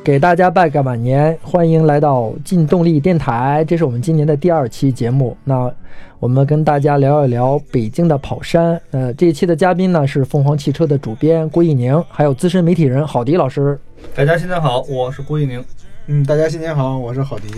给大家拜个晚年，欢迎来到劲动力电台，这是我们今年的第2期节目。那我们跟大家聊一聊北京的跑山。这一期的嘉宾呢是凤凰汽车的主编郭一宁，还有资深媒体人郝迪老师。 大家新年好，我是郭一宁。 大家新年好，我是郝迪。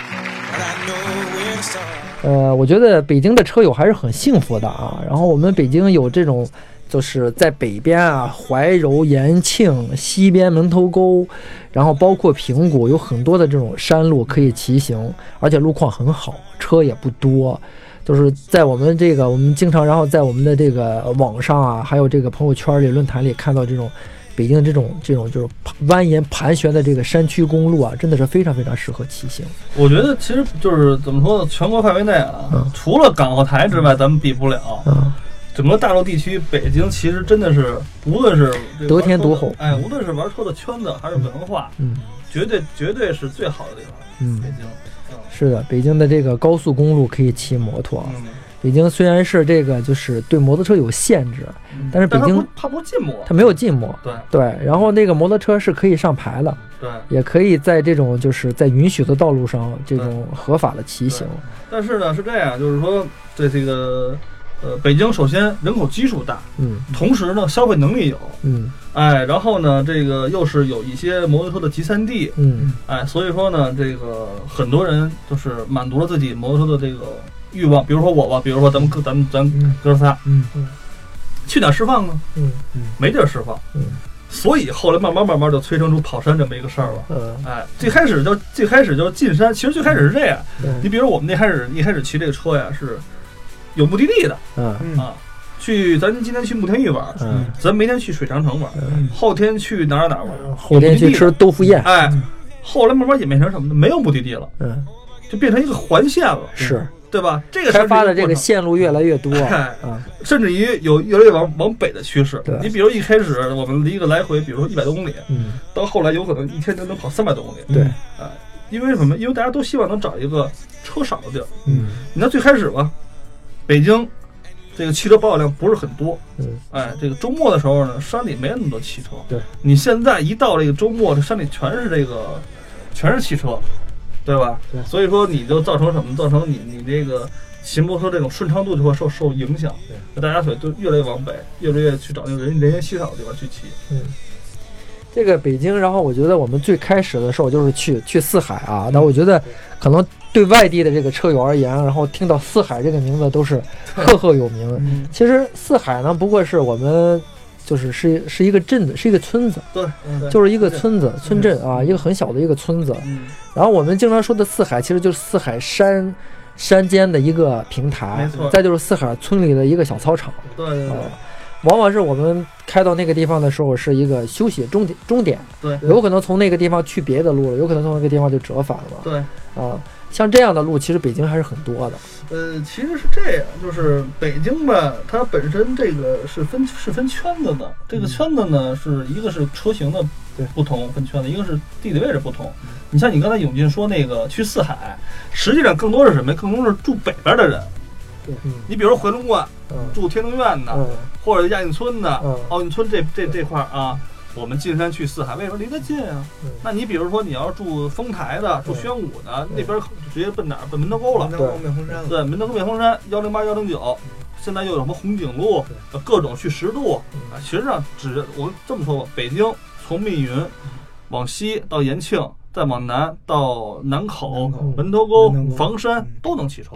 我觉得北京的车友还是很幸福的啊。然后我们北京有这种，就是在北边啊，怀柔、延庆，西边门头沟，然后包括平谷，有很多的这种山路可以骑行，而且路况很好，车也不多。就是在我们经常，然后在我们的这个网上啊，还有这个朋友圈里、论坛里看到这种北京这种就是蜿蜒盘旋的这个山区公路啊，真的是非常非常适合骑行。 我觉得其实就是怎么说呢，全国范围内啊，除了港澳台之外，咱们比不了。整个大陆地区，北京其实真的是，无论是得天独厚， 无论是玩车的圈子还是文化，绝对是最好的地方。北京。 是的，北京的这个高速公路可以骑摩托。北京虽然是这个就是对摩托车有限制，但是北京它不禁摩， 它没有禁摩。对，然后那个摩托车是可以上牌的， 对， 也可以在这种就是在允许的道路上这种合法的骑行。 但是呢，是这样，就是说对这个北京首先人口基数大，同时呢消费能力有，然后呢这个又是有一些摩托车的集散地，所以说呢这个很多人就是满足了自己摩托车的这个欲望，比如说我吧，比如说咱哥仨，去哪儿释放呢？没地儿释放，所以后来慢慢就催生出跑山这么一个事儿了。最开始就进山，其实最开始是这样。你比如我们一开始骑这个车呀，是有目的地的，咱今天去慕田峪玩，咱明天去水长城玩，后天去哪儿玩， 后天去吃豆腐宴。 后来慢慢演变成什么呢？没有目的地了，就变成一个环线了， 是对吧？这个开发的这个线路越来越多， 甚至于有越来越往北的趋势。你比如一开始我们一个来回，比如说100多公里，到后来有可能一天就能跑300多公里。 对， 因为什么？因为大家都希望能找一个车少的地儿。你看最开始吧，北京这个汽车保有量不是很多，这个周末的时候呢，山里没那么多汽车。 对， 你现在一到这个周末，这山里全是汽车，对吧？ 对， 所以说你就造成什么？造成你这个骑摩托车这种顺畅度就会受影响。对，大家所以都越来越往北，越来越去找那个人烟稀少的地方去骑。 这个北京，然后我觉得我们最开始的时候就是去四海啊，但我觉得可能对外地的这个车友而言，然后听到四海这个名字都是赫有名。其实四海呢，不过是我们是一个镇子，是一个村子， 对， 就是一个村镇啊，一个很小的一个村子。然后我们经常说的四海，其实就是四海山间的一个平台， 没错。 再就是四海村里的一个小操场。 对。 往往是我们开到那个地方的时候是一个休息终点， 对， 有可能从那个地方去别的路了，有可能从那个地方就折返了， 对， 像这样的路其实北京还是很多的。 其实是这样，就是北京吧，它本身这个是分圈子的，这个圈子呢是一个是车型的不同分圈子，一个是地理位置不同。你像你刚才永进说那个去四海，实际上更多是什么？更多是住北边的人。你比如说回龙观，住天通苑的，或者亚运村的，奥运村这块啊，我们进山去四海，为什么离得近啊？那你比如说你要住丰台的，住宣武的，那边直接奔哪儿？奔门头沟了，对，门头沟灭峰山108、109，现在又有什么红景路，各种去10渡啊。实际上我们这么说吧，北京从密云往西到延庆，再往南到南口、门头沟、房山都能骑车。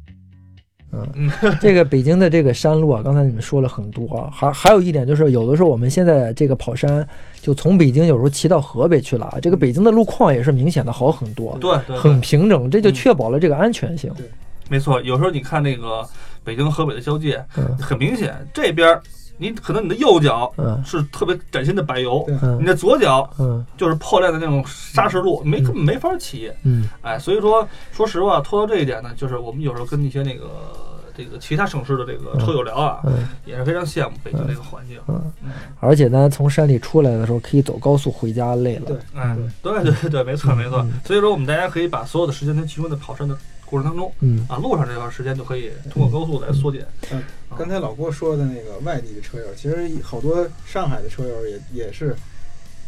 这个北京的这个山路啊，刚才你们说了很多啊，还有一点就是有的时候我们现在这个跑山就从北京有时候骑到河北去了，这个北京的路况也是明显的好很多， 对， 很平整，这就确保了这个安全性。 没错，有时候你看那个北京河北的交界，很明显这边你可能你的右脚是特别崭新的柏油，你的左脚就是破烂的那种砂石路，根本没法骑。所以说实话，拖到这一点呢，就是我们有时候跟一些这个其他省市的这个车友聊啊，也是非常羡慕北京这个环境。 而且呢，从山里出来的时候可以走高速回家，累了。 对，没错。所以说我们大家可以把所有的时间都集中在跑山的过程当中，路上这段时间就可以通过高速来缩减。 刚才老郭说的那个外地的车友，其实好多上海的车友也是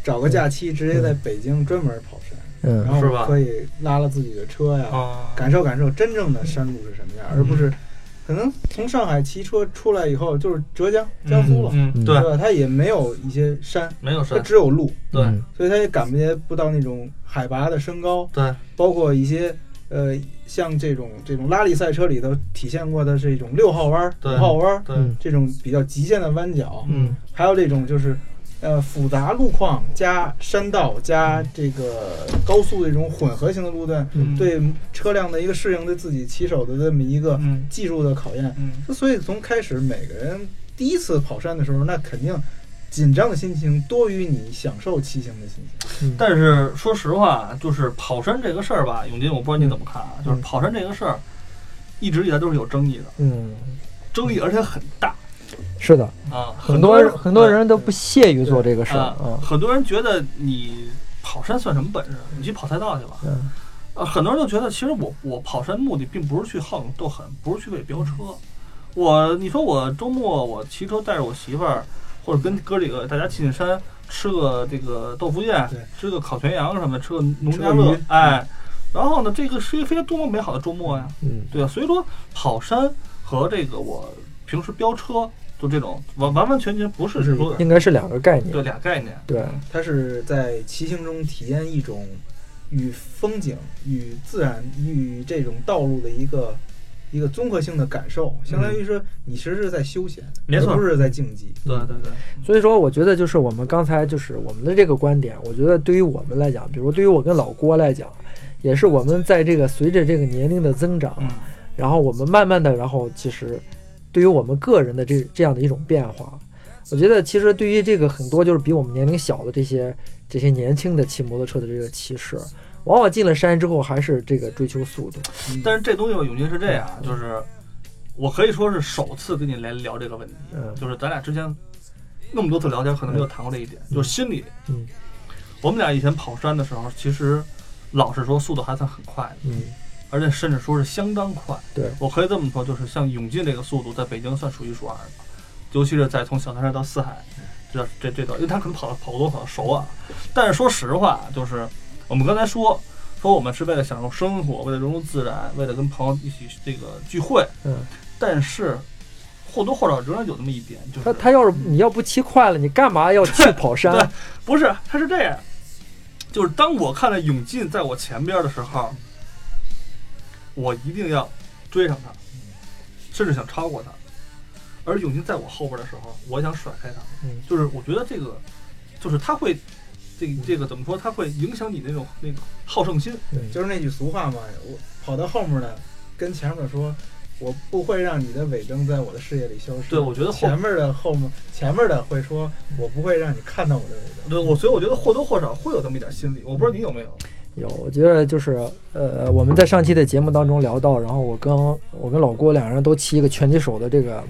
找个假期直接在北京专门跑山，然是吧后可以拉了自己的车呀，感受感受真正的山路是什么样，而不是可能从上海骑车出来以后就是浙江、江苏了，对吧？它也没有一些山，它只有路， 对， 所以它也感觉不到那种海拔的升高， 对， 包括一些像这种拉力赛车里头体现过的这种6号弯、5号弯， 对， 这种比较极限的弯角，还有这种就是复杂路况加山道加这个高速这种混合型的路段，对车辆的一个适应，对自己骑手的这么一个技术的考验。所以从开始每个人第一次跑山的时候，那肯定紧张的心情多于你享受骑行的心情。 但是说实话，就是跑山这个事儿吧，永金，我不知道你怎么看啊？就是跑山这个事儿，一直以来都是有争议的，争议而且很大。 是的啊， 很多人都不屑于做这个事儿啊。 很多人觉得你跑山算什么本事？你去跑赛道去吧。很多人都觉得，其实我跑山目的并不是去好勇斗狠，不是去为飙车。你说我周末我骑车带着我媳妇儿，或者跟哥几个大家进山吃个这个豆腐宴，吃个烤全羊什么，吃个农家乐，哎，然后呢，这个是一个非常多么美好的周末呀，对吧？所以说跑山和这个我平时飙车。就这种完全不是说， 应该是两个概念， 对，俩概念。 对， 它是在骑行中体验一种与风景、与自然、与这种道路的一个综合性的感受，相当于说你其实是在休闲， 没错， 而不是在竞技。 对对对。 所以说，我觉得就是我们刚才就是我们的这个观点，我觉得对于我们来讲，比如对于我跟老郭来讲，也是我们在这个随着这个年龄的增长，然后我们慢慢的，然后其实。对于我们个人的这样的一种变化，我觉得其实对于这个很多就是比我们年龄小的这些年轻的骑摩托车的这个骑士，往往进了山之后还是这个追求速度。 但是这东西吧，永金是这样，就是我可以说是首次跟你来聊这个问题，就是咱俩之前那么多次聊天，可能没有谈过这一点，就是心理。我们俩以前跑山的时候，其实老实说速度还算很快的。而且甚至说是相当快， 对， 我可以这么说，就是像永进这个速度，在北京算数一数二的，尤其是在从小南山到四海，这因为他可能跑过多跑熟啊。但是说实话，就是我们刚才说我们是为了享受生活，为了融入自然，为了跟朋友一起这个聚会，但是或多或少仍然有那么一点，就是他要是你要不骑快了，你干嘛要去跑山？ 对，不是，他是这样，就是当我看到永进在我前边的时候。我一定要追上他，甚至想超过他。而永金在我后边的时候，我想甩开他。就是我觉得这个，就是他会，这个怎么说？他会影响你那个好胜心。 就是那句俗话嘛，我跑到后面的跟前面说，我不会让你的尾灯在我的视野里消失。 对，我觉得前面的会说，我不会让你看到我的尾灯。 对，所以我觉得或多或少会有这么一点心理。我不知道你有没有。 有，我觉得就是我们在上期的节目当中聊到，然后我跟老郭两人都骑一个拳击手的这个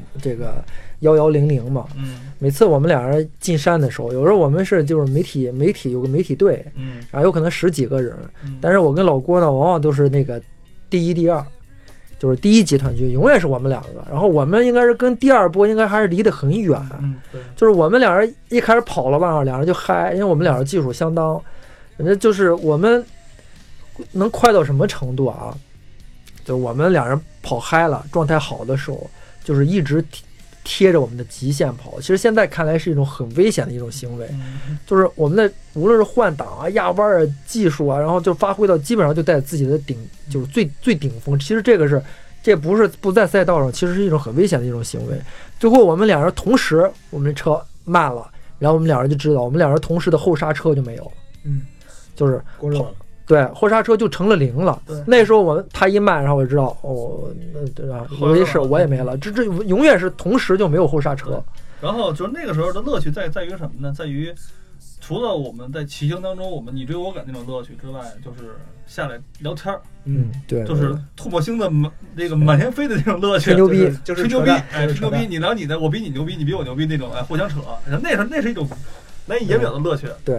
1100嘛，每次我们两人进山的时候，有时候我们是就是媒体有个媒体队，然后有可能10几个人，但是我跟老郭呢，往往都是那个第一、第二，就是第一集团军永远是我们两个，然后我们应该是跟第二波应该还是离得很远，就是我们两人一开始跑了吧，两人就嗨，因为我们两人技术相当，反正就是我们。能快到什么程度啊？就是我们两人跑嗨了，状态好的时候，就是一直贴着我们的极限跑。其实现在看来是一种很危险的一种行为，就是我们的无论是换挡啊、压弯啊、技术啊，然后就发挥到基本上就在自己的就是最顶峰。其实这不在赛道上，其实是一种很危险的一种行为。最后我们两人同时，我们车慢了，然后我们两人就知道，我们两人同时的后刹车就没有了，就是过热了。 对，后刹车就成了0了。那时候他一慢，然后我就知道，对吧？我一试我也没了，这永远是同时就没有后刹车。 然后就是那个时候的乐趣在于什么呢？在于除了我们在骑行当中你追我赶那种乐趣之外，就是下来聊天对， 就是唾沫星子这个满天飞的那种乐趣， 吹牛逼， 就是吹牛逼，吹牛逼，你聊你的，我比你牛逼，你比我牛逼那种，互相扯，那是一种难以言表的乐趣。 对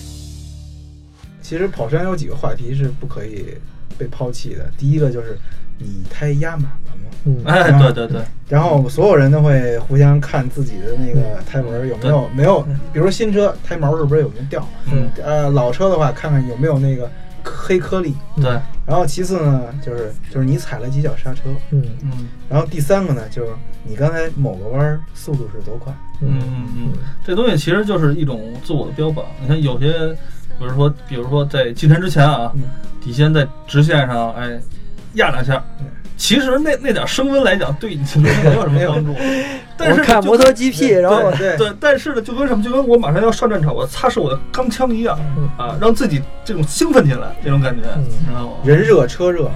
其实跑山有几个话题是不可以被抛弃的。第一个就是你胎压满了吗？ 哎，对对对。 然后所有人都会互相看自己的那个胎纹有没有，比如说新车胎毛是不是有没有掉？老车的话，看看有没有那个黑颗粒。 对。 然后其次呢，就是你踩了几脚刹车。然后第三个呢，就是你刚才某个弯速度是多快。 这东西其实就是一种自我的标榜。你看有些，比如说在进山之前啊，底线在直线上，哎，压两下。其实那点升温来讲，对你没有什么帮助。但是看摩托 GP， 然后对，但是呢，就跟什么，就跟我马上要上战场，我擦拭我的钢枪一样，啊，让自己这种兴奋起来，这种感觉，知道吗？ 人热车热，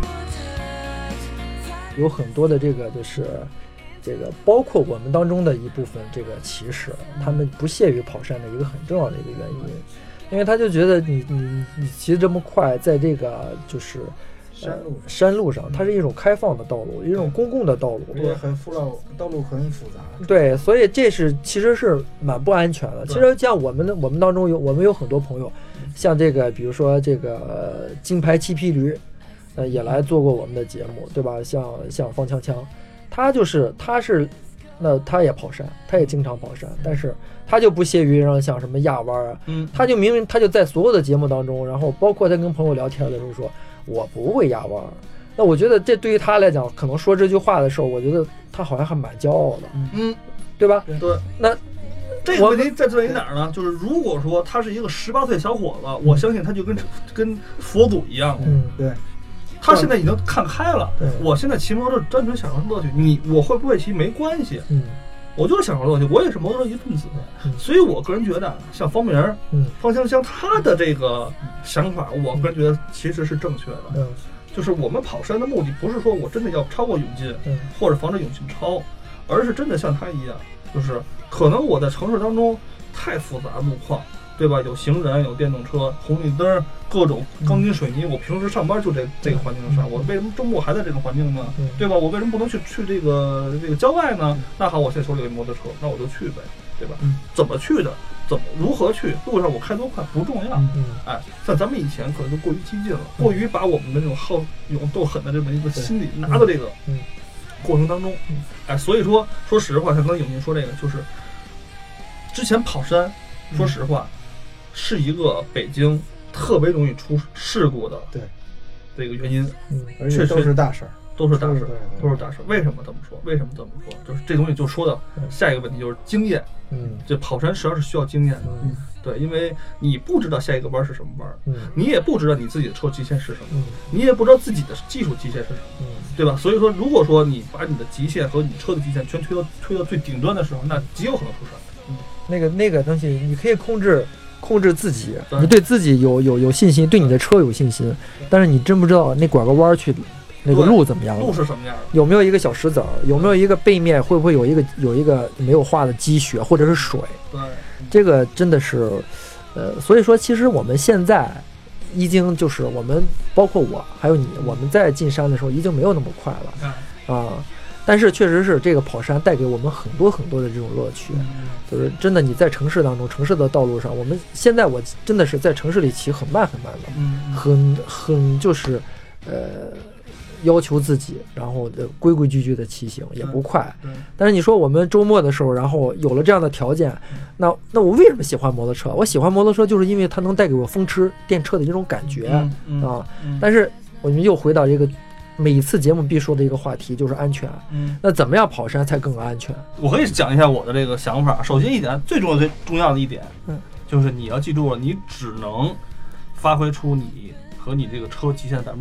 有很多的这个就是这个，包括我们当中的一部分这个骑士，他们不屑于跑山的一个很重要的一个原因，因为他就觉得你骑得这么快，在这个就是山路上，它是一种开放的道路，一种公共的道路， 对，很道路很复杂。 对，所以这其实是蛮不安全的。其实像我们当中我们有很多朋友，像这个比如说这个金牌七匹驴，也来做过我们的节目，对吧？像方锵锵，他也跑山，他也经常跑山，但是他就不屑于让像什么压弯啊，他就明明他就在所有的节目当中，然后包括他跟朋友聊天的时候说。我不会压弯，那我觉得这对于他来讲，可能说这句话的时候，我觉得他好像还蛮骄傲的，对吧？ 对。 那这个问题在于哪儿呢？就是如果说他是一个18岁小伙子，我相信他就跟佛祖一样了， 对。 他现在已经看开了，我现在骑摩托车单纯享受乐趣，我会不会骑没关系，我就是享受乐趣，我也是摩托车一份子，所以我个人觉得，像方明、方锵锵他的这个想法，我个人觉得其实是正确的。就是我们跑山的目的不是说我真的要超过永进，或者防止永进超，而是真的像他一样，就是可能我在城市当中太复杂路况，对吧？有行人，有电动车，红绿灯，各种钢筋水泥。我平时上班就这个环境上，我为什么周末还在这个环境呢？对吧？我为什么不能去这个郊外呢？那好，我现在手里有摩托车，那我就去呗，对吧？怎么去的？如何去？路上我开多快不重要。哎，像咱们以前可能就过于激进了，过于把我们的那种好勇斗狠的这么一个心理拿到这个过程当中。哎，所以说实话，像刚才永宁说这个，就是之前跑山，说实话。是一个北京特别容易出事故的这个原因， 而且都是大事儿， 都是大事。为什么这么说？就是这东西就说到下一个问题，就是经验。这跑山实际上是需要经验的。对，因为你不知道下一个弯是什么弯，你也不知道你自己的车极限是什么，你也不知道自己的技术极限是什么，对吧？所以说，如果说你把你的极限和你车的极限全推到最顶端的时候，那极有可能出事。 那个东西，你可以控制自己，你对自己有信心，对你的车有信心，但是你真不知道那拐个弯去那个路怎么样， 路是什么样的， 有没有一个小石子儿，有没有一个背面会不会有一个没有化的积雪或者是水，这个真的是所以说其实我们现在已经就是我们包括我还有你，我们在进山的时候已经没有那么快了啊。但是确实是这个跑山带给我们很多很多的这种乐趣，就是真的你在城市当中，城市的道路上，我们现在我真的是在城市里骑很慢的，很就是要求自己，然后规规矩矩的骑行，也不快。但是你说我们周末的时候，然后有了这样的条件，那我为什么喜欢摩托车？我喜欢摩托车就是因为它能带给我风驰电掣的一种感觉啊。但是我们又回到这个。每一次节目必说的一个话题就是安全，那怎么样跑山才更安全？ 我可以讲一下我的这个想法。首先一点，最重要的一点，就是你要记住了，你只能发挥出你和你这个车极限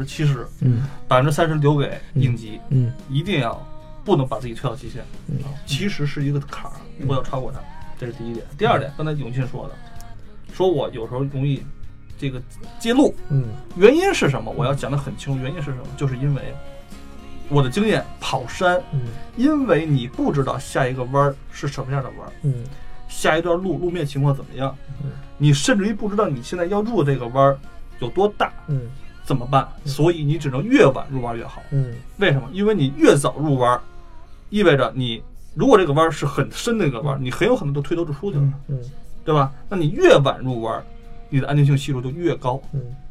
70%，30%留给应急，一定要不能把自己推到极限，其实是一个坎儿，不要超过它，这是第一点。第二点，刚才永进说的，说我有时候容易。这个揭露，原因是什么？我要讲得很清楚，原因是什么？就是因为我的经验，跑山，因为你不知道下一个弯是什么样的弯，下一段路面情况怎么样，你甚至于不知道你现在要入的这个弯有多大，怎么办？所以你只能越晚入弯越好。为什么？因为你越早入弯，意味着你如果这个弯是很深的一个弯，你很有可能都推头就出去了，对吧？那你越晚入弯。你的安全性系数就越高，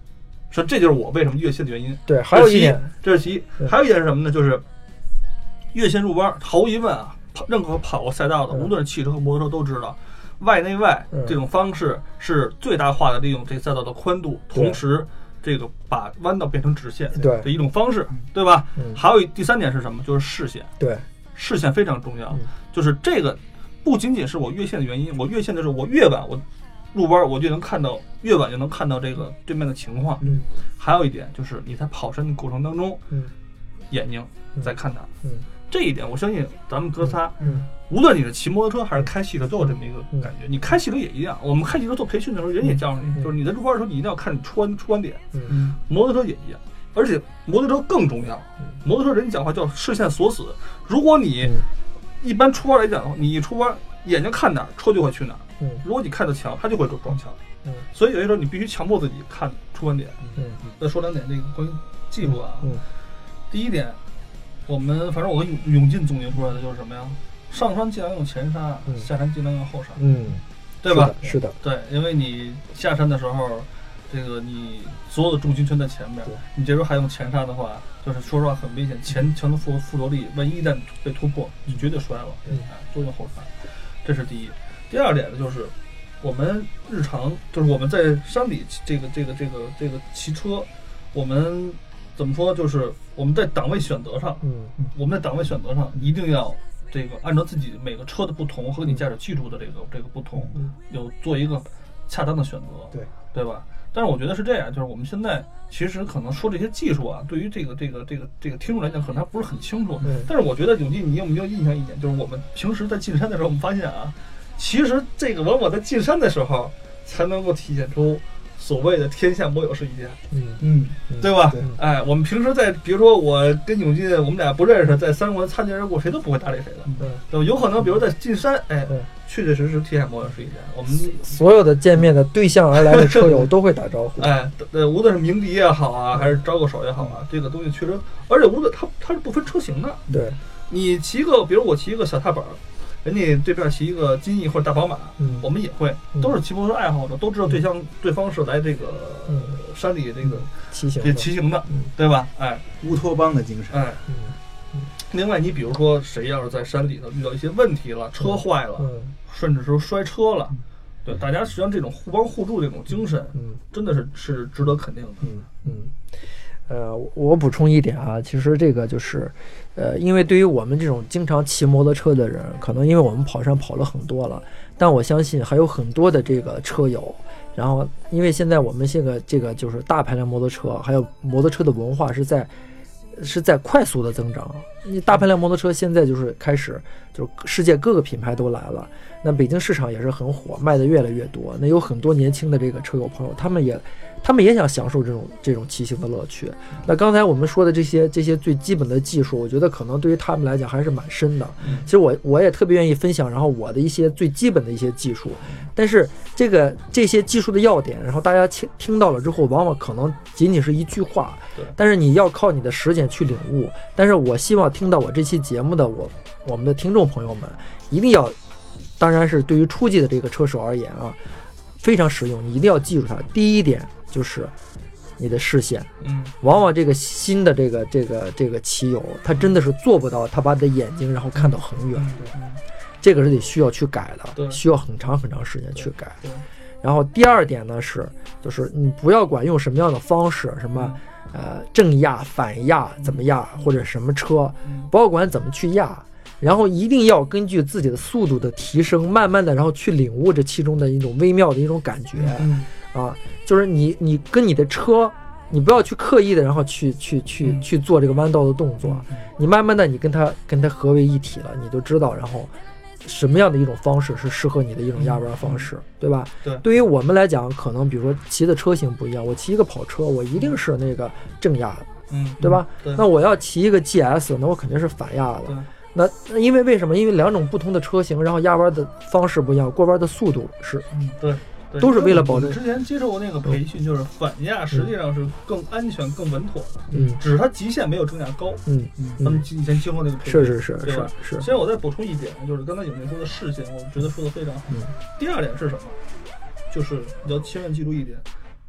说这就是我为什么越线的原因。 对，还有一点， 这是其一，还有一点是什么呢？就是越线入弯，毫无疑问啊，任何跑过赛道的，无论是汽车和摩托车都知道，外内外这种方式是最大化的利用这个赛道的宽度，同时这个把弯道变成直线的一种方式，对吧？还有第三点是什么？就是视线。 对， 视线非常重要。就是这个不仅仅是我越线的原因，我越线的时候，我越晚我入弯，我就能看到越晚就能看到这个对面的情况。还有一点就是你在跑山的过程当中，眼睛在看它。这一点我相信咱们哥仨，无论你是骑摩托车还是开汽车，都有这么一个感觉。你开汽车也一样，我们开汽车做培训的时候，人也教你，就是你在入弯的时候，你一定要看你出弯点。摩托车也一样，而且摩托车更重要。摩托车人讲话叫视线锁死，如果你一般出弯来讲，你一出弯，眼睛看哪儿，车就会去哪儿。如果你看到墙，它就会撞墙。所以有些时候你必须强迫自己看出弯点。再说两点这个关于技术啊。第一点，反正我跟永进总结出来的就是什么呀？上山尽量用前刹，下山尽量用后刹。对吧？ 是的， 对，因为你下山的时候，这个你所有的重心全在前面，你这时候还用前刹的话，就是说实话很危险，前的附着力，万一一旦被突破，你绝对摔了。都用后刹，这是第一。第二点呢，就是我们日常，就是我们在山里这个骑车，我们怎么说？就是我们在档位选择上，一定要这个按照自己每个车的不同和你驾驶技术的这个不同，有做一个恰当的选择，对吧？但是我觉得是这样，就是我们现在其实可能说这些技术啊，对于这个听众来讲，可能还不是很清楚。但是我觉得永进，你有没有印象一点，就是我们平时在进山的时候，我们发现啊，其实这个往往在进山的时候才能够体现出所谓的天下莫有是一家，对吧？哎，我们平时比如说我跟永进，我们俩不认识，在山上擦肩而过，谁都不会搭理谁的，对吧？有可能，比如在进山，确确实实天下莫有是一家。我们所有的见面的对象而来的车友都会打招呼， 无论是鸣笛也好啊，还是招个手也好啊，这个东西确实，而且无论它是不分车型的， 对， 你骑个，比如我骑一个小踏板。人家对面骑一个金翼或者大宝马，我们也会，都是骑摩托车爱好者，都知道对方是来这个山里这个骑行的，对吧？ 乌托邦的精神。 另外，你比如说谁要是在山里头遇到一些问题了，车坏了，甚至说摔车了，对，大家实际上这种互帮互助这种精神，真的是值得肯定的。 我补充一点啊，其实这个就是，因为对于我们这种经常骑摩托车的人，可能因为我们跑山跑了很多了，但我相信还有很多的这个车友，然后因为现在我们这个就是大排量摩托车，还有摩托车的文化是在快速的增长。你大排量摩托车现在就是开始，就是世界各个品牌都来了，那北京市场也是很火，卖的越来越多。那有很多年轻的这个车友朋友，他们也想享受这种骑行的乐趣。那刚才我们说的这些最基本的技术，我觉得可能对于他们来讲还是蛮深的。其实我也特别愿意分享，然后我的一些最基本的一些技术。但是这些技术的要点，然后大家听到了之后，往往可能仅仅是一句话，但是你要靠你的实践去领悟。但是我希望听到我这期节目的我们的听众朋友们，一定要，当然是对于初级的这个车手而言啊，非常实用，你一定要记住它。第一点就是你的视线，往往这个新的这个骑友，他真的是做不到，他把你的眼睛然后看到很远，这个是得需要去改的，需要很长很长时间去改。然后第二点呢就是你不要管用什么样的方式，什么正压反压怎么压，或者什么车，不要管怎么去压，然后一定要根据自己的速度的提升，慢慢的然后去领悟这其中的一种微妙的一种感觉。就是你跟你的车，你不要去刻意的然后去做这个弯道的动作，你慢慢的你跟它合为一体了，你就知道然后什么样的一种方式是适合你的一种压弯方式，对吧？对于我们来讲，可能比如说骑的车型不一样，我骑一个跑车，我一定是那个正压的，对吧？那我要骑一个 GS， 那我肯定是反压的。那因为什么？因为两种不同的车型，然后压弯的方式不一样，过弯的速度是都是为了保证。 之前接受过那个培训，就是反压实际上是更安全、更稳妥的，只是它极限没有正压高。他们以前经过那个培训， 是，对吧？ 现在我再补充一点，就是刚才有人说的视线，我觉得说的非常好。第二点是什么？就是你要千万记住一点，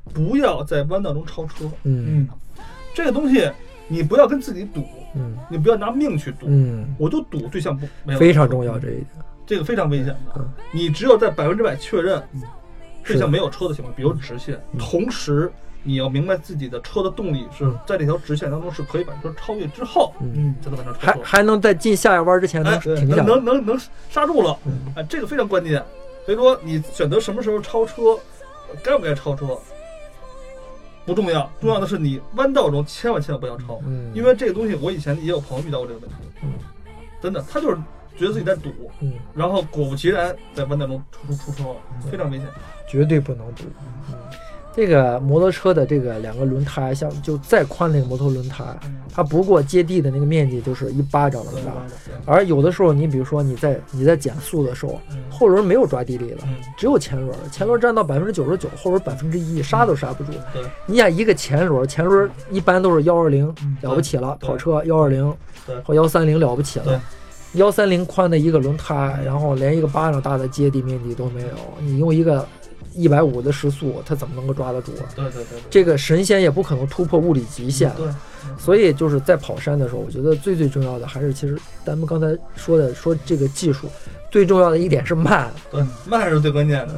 不要在弯道中超车。这个东西你不要跟自己赌，你不要拿命去赌，我就赌对象没有， 非常重要这一点， 这个非常危险的。你只有在100%确认对象没有车的情况，比如直线，同时你要明白自己的车的动力是在这条直线当中是可以把车超越之后，才能把车超车， 还能在进下一弯之前能停下， 能刹住了，这个非常关键。所以说你选择什么时候超车，该不该超车不重要，重要的是你弯道中千万不要超，因为这个东西我以前也有朋友遇到过这个问题，真的，他就是觉得自己在赌，然后果不其然在弯道中出车了，非常危险， 绝对不能赌。这个摩托车的这个2个轮胎，像就再宽那个摩托轮胎，它不过接地的那个面积就是1巴掌那么大，而有的时候你比如说你在减速的时候，后轮没有抓地力了，只有前轮占到99%，后轮1%，刹都刹不住。你想一个前轮一般都是120了不起了，跑车120或130了不起了。130宽的一个轮胎，然后连一个巴掌大的接地面积都没有，你用一个150的时速，它怎么能够抓得住啊？ 对， 这个神仙也不可能突破物理极限。 对， 所以就是在跑山的时候，我觉得最重要的还是，其实咱们刚才说这个技术，最重要的一点是慢。 对，慢是最关键的。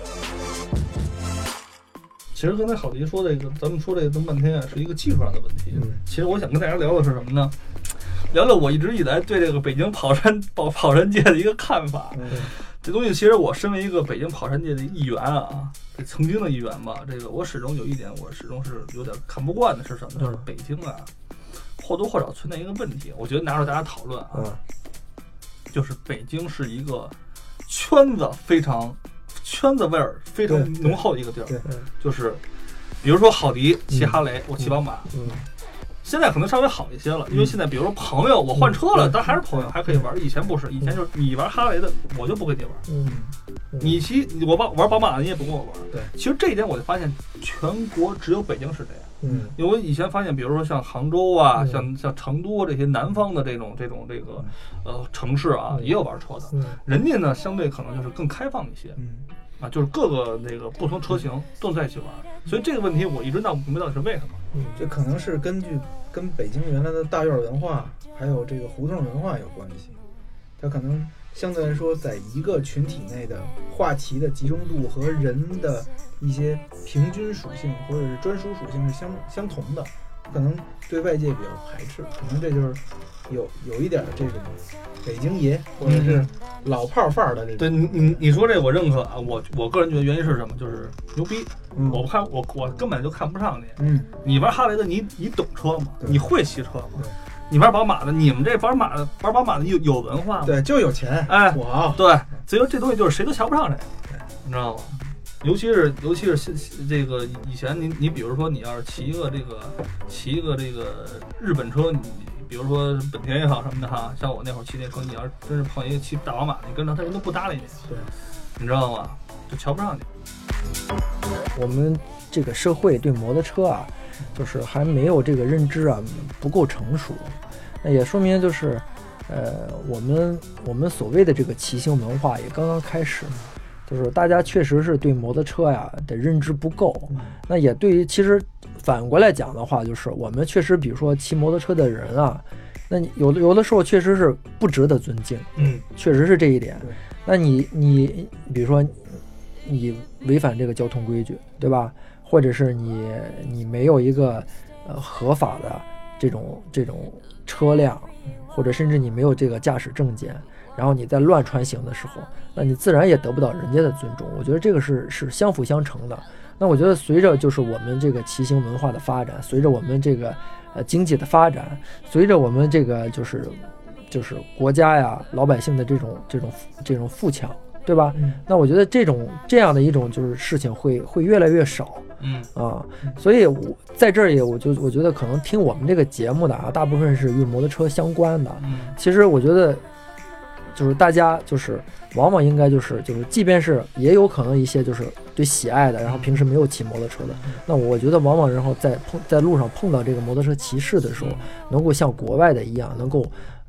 其实刚才郝迪说这个，咱们说这个这么半天啊，是一个技术上的问题。其实我想跟大家聊的是什么呢？聊聊我一直以来对这个北京跑山界的一个看法。这东西其实我身为一个北京跑山界的一员啊，曾经的一员吧，这个我始终有一点，我始终是有点看不惯的是什么？就是北京啊，或多或少存在一个问题，我觉得拿出大家讨论啊，就是北京是一个圈子味儿非常浓厚的一个地儿，就是比如说郝迪骑哈雷，我骑宝马，现在可能稍微好一些了，因为现在比如说朋友，我换车了，但还是朋友，还可以玩。以前不是，以前就是你玩哈雷的，我就不跟你玩。你我玩宝马的，你也不跟我玩。对，其实这一点我就发现，全国只有北京是这样。因为我以前发现，比如说像杭州啊，像成都这些南方的这个城市啊，也有玩车的。人家呢，相对可能就是更开放一些。就是各个那个不同车型都在一起玩，所以这个问题我一直闹不明白到底是为什么。 这可能是跟北京原来的大院文化还有这个胡同文化有关系，它可能相对来说在一个群体内的话题的集中度和人的一些平均属性或者是专属属性是相同的，可能对外界比较排斥，可能这就是有一点这种北京爷或者是老炮范儿的这种。 对，你说这我认可啊，我个人觉得原因是什么？就是牛逼。我根本就看不上你。你玩哈雷的，你懂车吗？你会骑车吗？你玩宝马的，你们这玩宝马的有文化吗？ 对，就有钱。 对，所以说这东西就是谁都瞧不上谁，你知道吗？尤其是这个以前你比如说你要是骑一个这个日本车，你比如说本田也好什么的哈，像我那会儿骑那车，你要是真是碰一个骑大宝马，你跟着他人都不搭理你，对，你知道吗？就瞧不上你。 我们这个社会对摩托车啊，就是还没有这个认知啊，不够成熟，那也说明就是我们所谓的这个骑行文化也刚刚开始。就是大家确实是对摩托车呀的认知不够，那也对于其实反过来讲的话，就是我们确实比如说骑摩托车的人啊，那有的时候确实是不值得尊敬，确实是这一点。那你比如说你违反这个交通规矩，对吧？或者是你没有一个合法的这种车辆，或者甚至你没有这个驾驶证件，然后你在乱穿行的时候，那你自然也得不到人家的尊重。我觉得这个是相辅相成的。那我觉得随着就是我们这个骑行文化的发展，随着我们这个经济的发展，随着我们这个就是国家呀老百姓的这种富强，对吧？那我觉得这样的一种就是事情会越来越少。所以我在这儿我觉得可能听我们这个节目的啊，大部分是与摩托车相关的。其实我觉得就是大家就是往往应该就是即便是也有可能一些就是对喜爱的，然后平时没有骑摩托车的，那我觉得往往然后在路上碰到这个摩托车骑士的时候，能够像国外的一样，能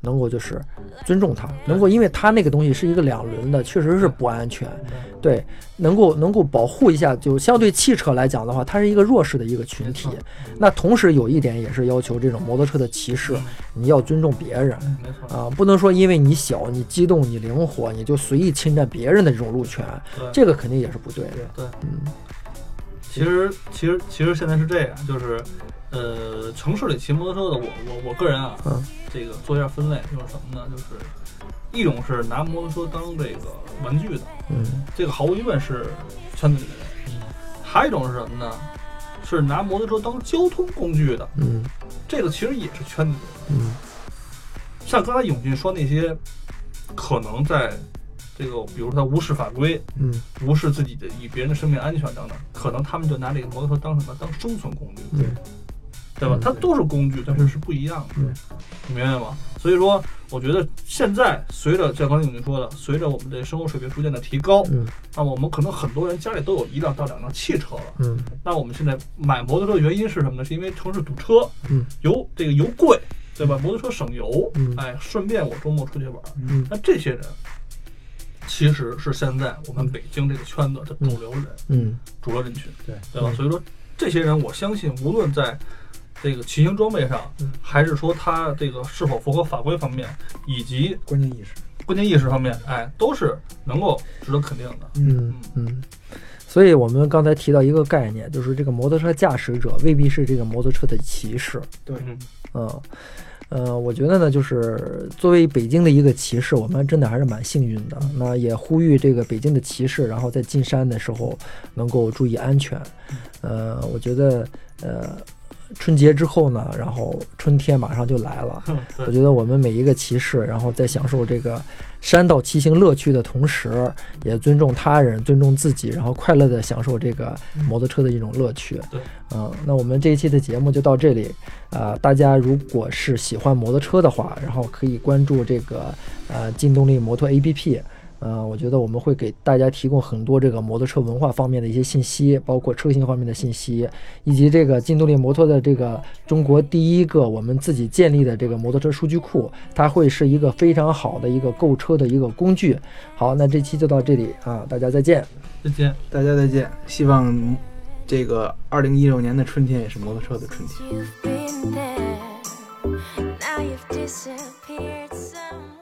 能够就是尊重它，能够因为它那个东西是一个两轮的，确实是不安全，对，能够保护一下，就相对汽车来讲的话，它是一个弱势的一个群体。那同时有一点也是要求这种摩托车的骑士，你要尊重别人啊，不能说因为你小、你机动、你灵活，你就随意侵占别人的这种路权，这个肯定也是不对的。 对，其实现在是这样，就是城市里骑摩托车的，我个人啊，这个做一下分类，就是什么呢？就是一种是拿摩托车当这个玩具的，这个毫无疑问是圈子里的人，还有一种是什么呢？是拿摩托车当交通工具的，这个其实也是圈子里的人，像刚才永俊说那些，可能在这个，比如说他无视法规，无视自己的以别人的生命安全等等，可能他们就拿这个摩托车当什么？当生存工具，对吧？它都是工具，但是是不一样的，你明白吗？所以说，我觉得现在随着像刚才永俊说的，随着我们的生活水平逐渐的提高，那么我们可能很多人家里都有1辆到2辆汽车了，那我们现在买摩托车的原因是什么呢？是因为城市堵车，这个油贵，对吧？摩托车省油，顺便我周末出去玩，那这些人其实是现在我们北京这个圈子的主流人，主流人群，对吧？所以说，这些人我相信，无论在这个骑行装备上，还是说他这个是否符合法规方面，以及关键意识方面，都是能够值得肯定的。 所以我们刚才提到一个概念，就是这个摩托车驾驶者未必是这个摩托车的骑士。 对， 我觉得呢，就是作为北京的一个骑士，我们真的还是蛮幸运的。那也呼吁这个北京的骑士，然后在进山的时候能够注意安全。我觉得春节之后呢，然后春天马上就来了。我觉得我们每一个骑士，然后在享受这个山道骑行乐趣的同时，也尊重他人，尊重自己，然后快乐的享受这个摩托车的一种乐趣。那我们这一期的节目就到这里。大家如果是喜欢摩托车的话，然后可以关注这个劲动力摩托 APP。我觉得我们会给大家提供很多这个摩托车文化方面的一些信息，包括车型方面的信息，以及这个劲动力摩托的这个中国第一个我们自己建立的这个摩托车数据库，它会是一个非常好的一个购车的一个工具。好，那这期就到这里大家再见， 大家再见。希望这个2016年的春天也是摩托车的春天。